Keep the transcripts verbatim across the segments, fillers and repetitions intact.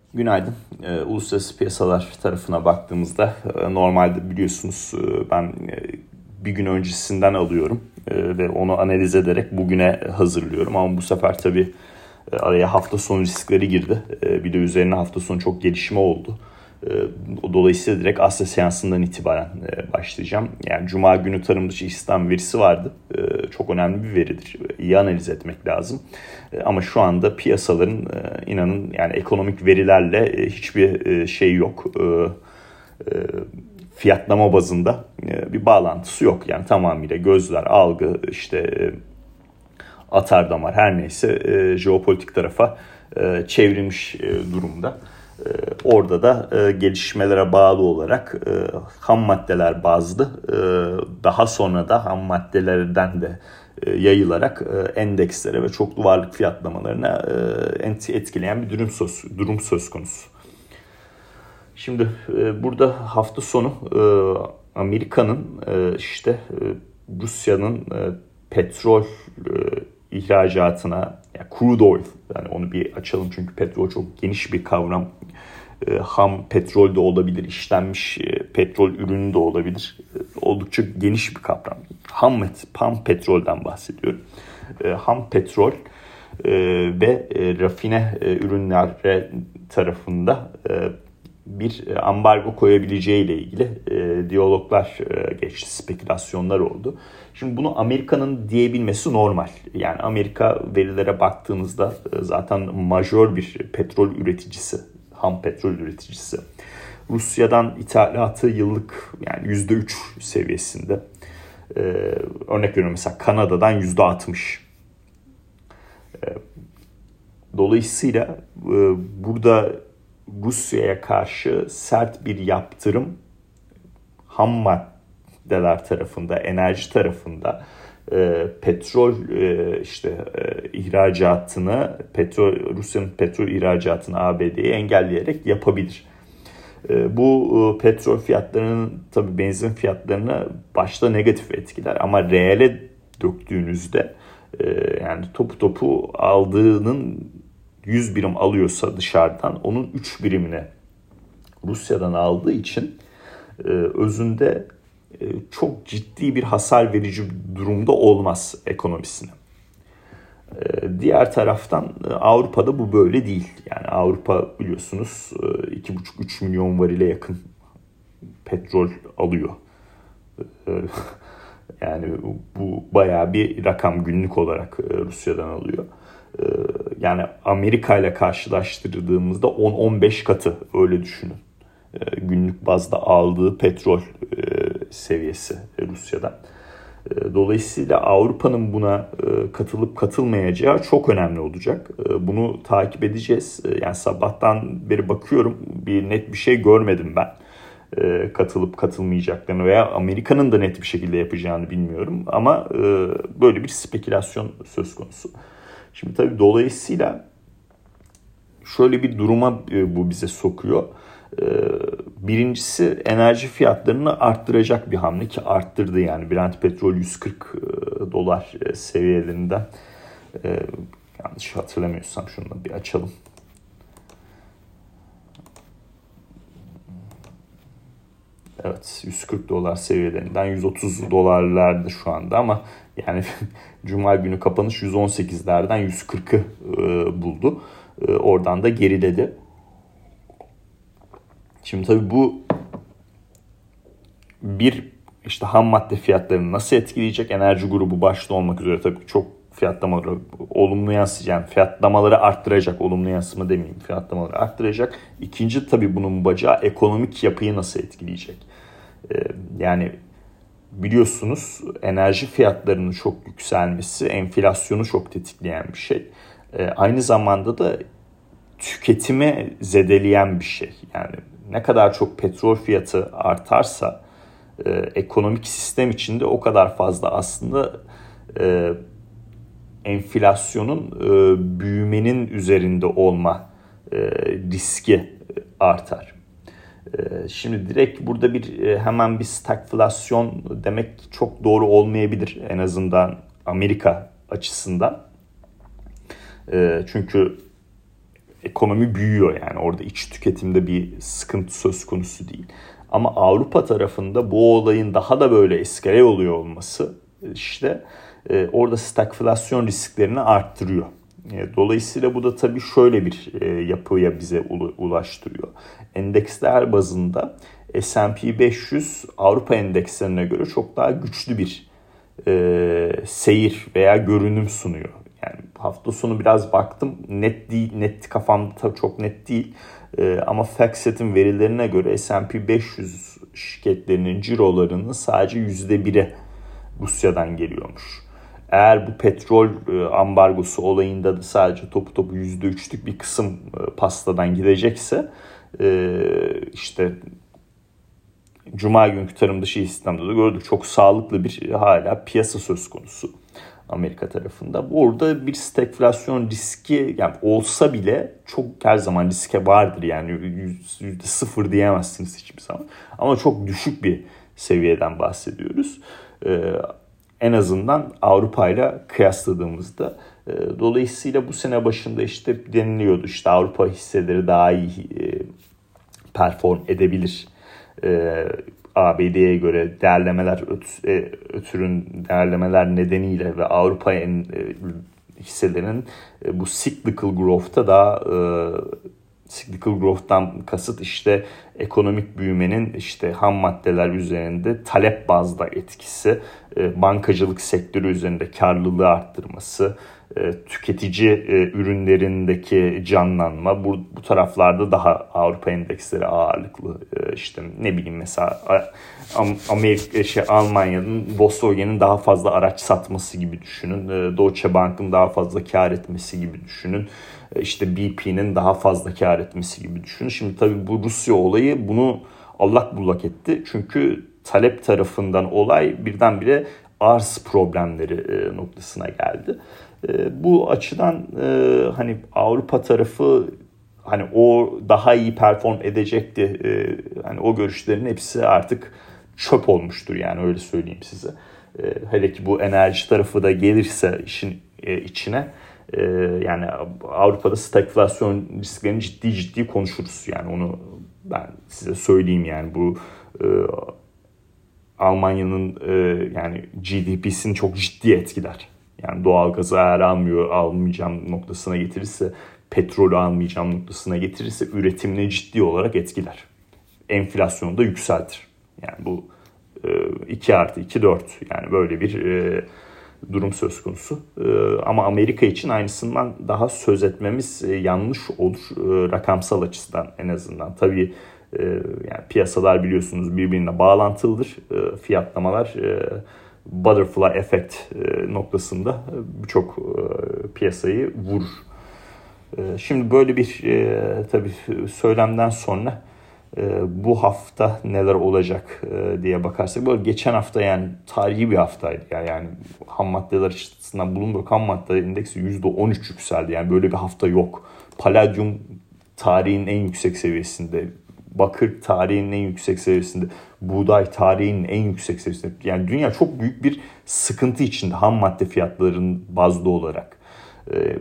Günaydın. E, uluslararası piyasalar tarafına baktığımızda e, normalde biliyorsunuz e, ben e, bir gün öncesinden alıyorum e, ve onu analiz ederek bugüne hazırlıyorum. Ama bu sefer tabii e, araya hafta sonu riskleri girdi. E, bir de üzerine hafta sonu çok gelişme oldu. E, dolayısıyla direkt Asya seansından itibaren e, başlayacağım. Yani Cuma günü tarım dışı istihdam verisi vardı. E, çok önemli bir veridir. İyi analiz etmek lazım. E, ama şu anda piyasaların e, inanın yani ekonomik verilerle e, hiçbir e, şey yok. E, e, fiyatlama bazında e, bir bağlantısı yok. Yani tamamıyla gözler, algı, işte e, atar damar her neyse e, jeopolitik tarafa e, çevrilmiş e, durumda. E, orada da e, gelişmelere bağlı olarak e, ham maddeler bazlı e, daha sonra da ham maddelerden de e, yayılarak e, endekslere ve çoklu varlık fiyatlamalarına e, etkileyen bir durum söz, durum söz konusu. Şimdi e, burada hafta sonu e, Amerika'nın e, işte e, Rusya'nın e, petrol e, ihracatına, yani crude oil, yani onu bir açalım çünkü petrol çok geniş bir kavram. E, ham petrol de olabilir, işlenmiş e, petrol ürünü de olabilir. E, oldukça geniş bir kavram. Ham, ham petrolden bahsediyorum. E, ham petrol e, ve e, rafine e, ürünler tarafında e, bir ambargo koyabileceği ile ilgili e, diyaloglar e, geçti, spekülasyonlar oldu. Şimdi bunu Amerika'nın diyebilmesi normal. Yani Amerika verilere baktığınızda e, zaten majör bir petrol üreticisi, ham petrol üreticisi. Rusya'dan ithalatı yıllık yani yüzde üç seviyesinde. E, örnek veriyorum mesela Kanada'dan yüzde altmış. E, dolayısıyla e, burada Rusya'ya karşı sert bir yaptırım ham maddeler tarafında, enerji tarafında e, petrol e, işte e, ihracatını, petrol Rusya'nın petrol ihracatını A B D'ye engelleyerek yapabilir. E, bu e, petrol fiyatlarının tabii benzin fiyatlarını başta negatif etkiler ama reale döktüğünüzde e, yani topu topu aldığının yüz birim alıyorsa dışarıdan onun üç birimini Rusya'dan aldığı için e, özünde e, çok ciddi bir hasar verici durumda olmaz ekonomisine. E, diğer taraftan e, Avrupa'da bu böyle değil. Yani Avrupa biliyorsunuz e, iki buçuk üç milyon varile yakın petrol alıyor. E, yani bu bayağı bir rakam günlük olarak e, Rusya'dan alıyor. Yani Amerika ile karşılaştırdığımızda on on beş katı öyle düşünün. Günlük bazda aldığı petrol seviyesi Rusya'dan. Dolayısıyla Avrupa'nın buna katılıp katılmayacağı çok önemli olacak. Bunu takip edeceğiz. Yani sabahtan beri bakıyorum, bir net bir şey görmedim ben. Katılıp katılmayacaklarını veya Amerika'nın da net bir şekilde yapacağını bilmiyorum. Ama böyle bir spekülasyon söz konusu. Şimdi tabii dolayısıyla şöyle bir duruma bu bize sokuyor. Birincisi enerji fiyatlarını arttıracak bir hamle ki arttırdı yani. Brent petrol yüz kırk dolar seviyelerinden. Yanlış hatırlamıyorsam şunu da bir açalım. Evet, yüz kırk dolar seviyelerinden yüz otuz dolarlarda şu anda ama yani Cuma günü kapanış yüz on sekizlerden yüz kırkı e, buldu. E, oradan da geriledi. Şimdi tabii bu bir işte ham madde fiyatlarını nasıl etkileyecek? Enerji grubu başta olmak üzere tabii çok fiyatlamaları olumlu yansıyacak. Yani fiyatlamaları arttıracak. Olumlu yansıma demeyeyim. Fiyatlamaları arttıracak. İkinci tabii bunun bacağı ekonomik yapıyı nasıl etkileyecek? Ee, yani biliyorsunuz enerji fiyatlarının çok yükselmesi enflasyonu çok tetikleyen bir şey. Ee, aynı zamanda da tüketimi zedeleyen bir şey. Yani ne kadar çok petrol fiyatı artarsa e, ekonomik sistem içinde o kadar fazla aslında e, enflasyonun e, büyümenin üzerinde olma e, riski artar. E, şimdi direkt burada bir e, hemen bir stagflasyon demek çok doğru olmayabilir en azından Amerika açısından. E, çünkü ekonomi büyüyor yani orada iç tüketimde bir sıkıntı söz konusu değil. Ama Avrupa tarafında bu olayın daha da böyle eskale oluyor olması işte e, orada stagflasyon risklerini arttırıyor. E, dolayısıyla bu da tabii şöyle bir e, yapıya bize ulaştırıyor. Endeksler bazında S and P beş yüz Avrupa endekslerine göre çok daha güçlü bir e, seyir veya görünüm sunuyor. Yani hafta sonu biraz baktım, net değil, net kafamda tabii çok net değil. Ee, ama FactSet'in verilerine göre S and P beş yüz şirketlerinin cirolarının sadece yüzde bire Rusya'dan geliyormuş. Eğer bu petrol e, ambargosu olayında da sadece topu topu yüzde üçlük bir kısım e, pastadan gidecekse e, işte Cuma günkü tarım dışı istihdamda da gördük, çok sağlıklı bir hala piyasa söz konusu Amerika tarafında. Burada bir stagflasyon riski yani olsa bile çok her zaman riske vardır yani yüzde sıfır diyemezsiniz hiçbir zaman. Ama çok düşük bir seviyeden bahsediyoruz. Ee, en azından Avrupa ile kıyasladığımızda. Ee, dolayısıyla bu sene başında işte deniliyordu işte Avrupa hisseleri daha iyi e, perform edebilir. Ee, A B D'ye göre değerlemeler öt, ötürün değerlemeler nedeniyle ve Avrupa en, e, hisselerinin e, bu cyclical growth'ta daha e, cyclical growth'tan kasıt işte ekonomik büyümenin işte ham maddeler üzerinde talep bazda etkisi, e, bankacılık sektörü üzerinde karlılığı arttırması, e, tüketici e, ürünlerindeki canlanma, bu, bu taraflarda daha Avrupa endeksleri ağırlıklı. E, işte ne bileyim mesela Amerika, şey, Almanya'nın Volkswagen'in daha fazla araç satması gibi düşünün. E, Deutsche Bank'ın daha fazla kar etmesi gibi düşünün. E, işte B P'nin daha fazla kar etmesi gibi düşünün. Şimdi tabii bu Rusya olayı bunu allak bullak etti. Çünkü talep tarafından olay birdenbire arz problemleri e, noktasına geldi. E, bu açıdan e, hani Avrupa tarafı hani o daha iyi perform edecekti. E, hani o görüşlerin hepsi artık çöp olmuştur yani öyle söyleyeyim size. E, hele ki bu enerji tarafı da gelirse işin e, içine e, yani Avrupa'da stagflasyon risklerini ciddi ciddi konuşuruz yani onu ben size söyleyeyim yani bu e, Almanya'nın e, yani G D P'sini çok ciddi etkiler. Yani doğalgazı eğer almıyor, almayacağım noktasına getirirse, petrolü almayacağım noktasına getirirse üretimini ciddi olarak etkiler. Enflasyonu da yükseltir. Yani bu e, iki artı iki dört yani böyle bir e, durum söz konusu. E, ama Amerika için aynısından daha söz etmemiz e, yanlış olur. E, rakamsal açıdan en azından. Tabii e, yani piyasalar biliyorsunuz birbirine bağlantılıdır. E, fiyatlamalar e, butterfly effect e, noktasında birçok e, piyasayı vurur. E, şimdi böyle bir e, tabii söylemden sonra e, bu hafta neler olacak e, diye bakarsak böyle geçen hafta yani tarihi bir haftaydı yani, yani ham maddeler açısından Bloomberg ham madde indeksi yüzde on üç yükseldi yani böyle bir hafta yok. Palladium tarihin en yüksek seviyesinde, bakır tarihinin en yüksek seviyesinde, buğday tarihinin en yüksek seviyesinde. Yani dünya çok büyük bir sıkıntı içinde ham madde fiyatlarının bazlı olarak. Ee,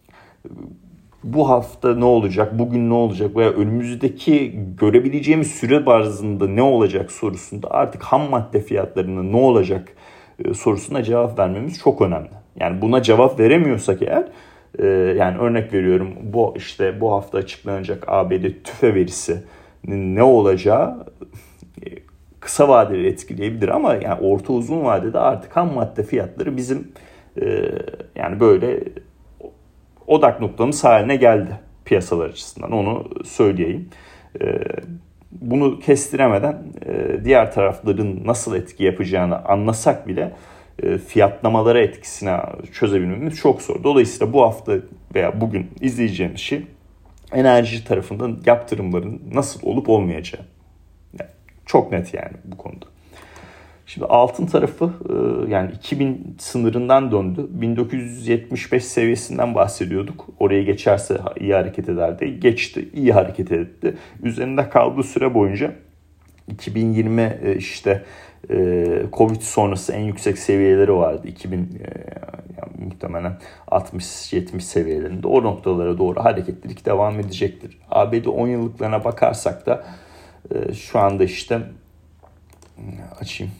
bu hafta ne olacak, bugün ne olacak veya önümüzdeki görebileceğimiz süre bazında ne olacak sorusunda artık ham madde fiyatlarının ne olacak e, sorusuna cevap vermemiz çok önemli. Yani buna cevap veremiyorsak eğer e, yani örnek veriyorum bu işte bu hafta açıklanacak A B D tüfe verisi ne olacağı kısa vadeli etkileyebilir ama yani orta uzun vadede artık ham madde fiyatları bizim e, yani böyle odak noktamız haline geldi piyasalar açısından onu söyleyeyim. E, bunu kestiremeden e, diğer tarafların nasıl etki yapacağını anlasak bile e, fiyatlamalara etkisini çözebilmemiz çok zor. Dolayısıyla bu hafta veya bugün izleyeceğimiz şey enerji tarafından yaptırımların nasıl olup olmayacağı. Yani çok net yani bu konuda. Şimdi altın tarafı yani iki bin sınırından döndü. bin dokuz yüz yetmiş beş seviyesinden bahsediyorduk. Oraya geçerse iyi hareket ederdi. Geçti, iyi hareket etti. Üzerinde kaldığı süre boyunca iki bin yirmi işte Covid sonrası en yüksek seviyeleri vardı. iki bin yani muhtemelen altmış yetmiş seviyelerinde. O noktalara doğru hareketlilik devam edecektir. A B D on yıllıklarına bakarsak da şu anda işte açayım.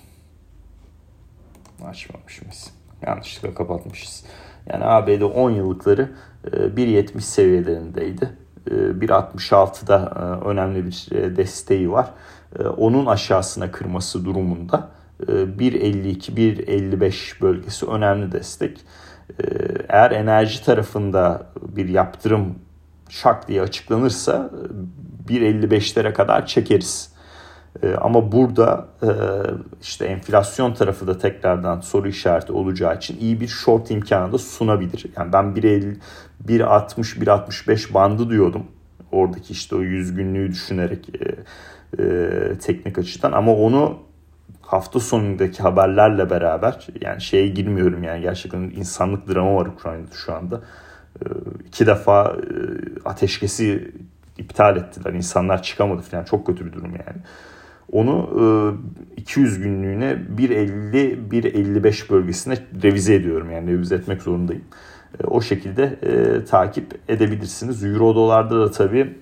Açmamışız. Yanlışlıkla kapatmışız. Yani A B D on yıllıkları bir yetmiş seviyelerindeydi. bir altmış altıda önemli bir desteği var. Onun aşağısına kırması durumunda bir elli iki bir elli beş bölgesi önemli destek. Eğer enerji tarafında bir yaptırım şak diye açıklanırsa bir elli beşlere kadar çekeriz. Ama burada işte enflasyon tarafı da tekrardan soru işareti olacağı için iyi bir short imkanı da sunabilir. Yani ben bir elli, bir altmış, bir altmış beş bandı diyordum. Oradaki işte o yüz günlüğü düşünerek e, e, teknik açıdan, ama onu hafta sonundaki haberlerle beraber yani şeye girmiyorum, yani gerçekten insanlık dramı var Ukrayna'da şu anda. E, iki defa e, ateşkesi iptal ettiler. İnsanlar çıkamadı falan. Çok kötü bir durum yani. Onu iki yüz günlüğüne bir elli bir elli beş bölgesine revize ediyorum. Yani revize etmek zorundayım. O şekilde e, takip edebilirsiniz. Euro dolarda da tabii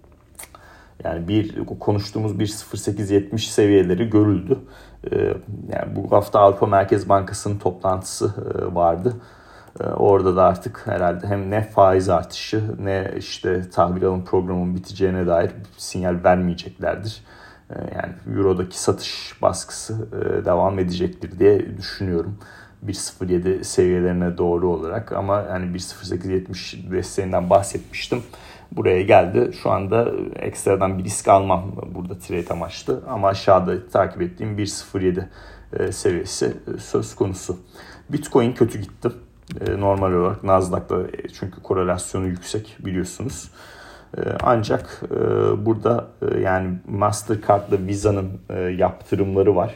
yani bir konuştuğumuz bir sıfır virgül sekiz yetmiş seviyeleri görüldü. E, yani bu hafta Avrupa Merkez Bankası'nın toplantısı e, vardı. E, orada da artık herhalde hem ne faiz artışı ne işte tahvil alım programının biteceğine dair bir sinyal vermeyeceklerdir. Yani Euro'daki satış baskısı devam edecektir diye düşünüyorum. bir sıfır yedi seviyelerine doğru olarak, ama yani bir sıfır sekiz yetmiş desteğinden bahsetmiştim. Buraya geldi. Şu anda ekstradan bir risk almam burada trade amaçlı, ama aşağıda takip ettiğim bir sıfır yedi seviyesi söz konusu. Bitcoin kötü gitti. Normal olarak Nasdaq'la, çünkü korelasyonu yüksek biliyorsunuz. Ancak burada yani Mastercard'la Visa'nın yaptırımları var.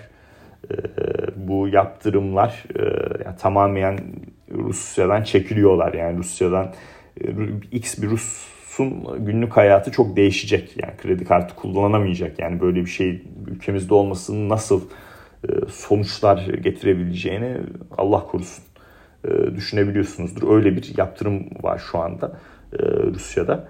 Bu yaptırımlar yani tamamen Rusya'dan çekiliyorlar. Yani Rusya'dan X bir Rus'un günlük hayatı çok değişecek. Yani kredi kartı kullanamayacak. Yani böyle bir şey ülkemizde olmasının nasıl sonuçlar getirebileceğini Allah korusun düşünebiliyorsunuzdur. Öyle bir yaptırım var şu anda Rusya'da.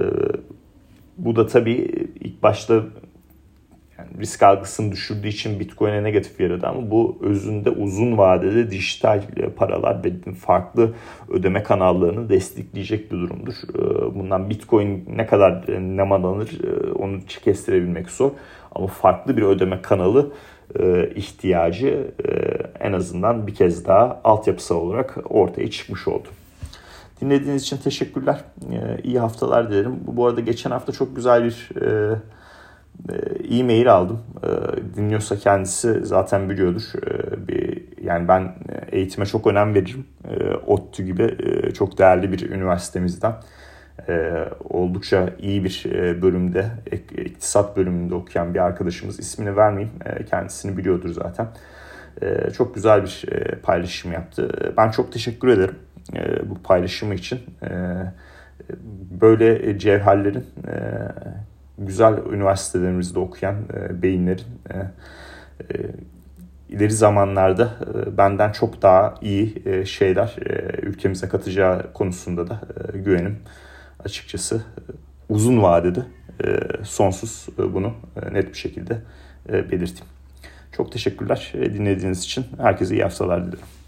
Bu da tabii ilk başta yani risk algısını düşürdüğü için Bitcoin'e negatif yaradı, ama bu özünde uzun vadede dijital paralar ve farklı ödeme kanallarını destekleyecek bir durumdur. Bundan Bitcoin ne kadar nemalanır onu kestirebilmek zor, ama farklı bir ödeme kanalı ihtiyacı en azından bir kez daha altyapısal olarak ortaya çıkmış oldu. Dinlediğiniz için teşekkürler. Ee, iyi haftalar dilerim. Bu arada geçen hafta çok güzel bir e, e, e-mail aldım. E, dinliyorsa kendisi zaten biliyordur. E, bir, yani ben eğitime çok önem veririm. E, ODTÜ gibi e, çok değerli bir üniversitemizden. E, oldukça iyi bir bölümde, iktisat bölümünde okuyan bir arkadaşımız. İsmini vermeyeyim. E, kendisini biliyordur zaten. E, çok güzel bir e, paylaşım yaptı. Ben çok teşekkür ederim bu paylaşımı için. Böyle cevherlerin, güzel üniversitelerimizde okuyan beyinlerin ileri zamanlarda benden çok daha iyi şeyler ülkemize katacağı konusunda da güvenim açıkçası uzun vadede sonsuz, bunu net bir şekilde belirteyim. Çok teşekkürler dinlediğiniz için. Herkese iyi haftalar dilerim.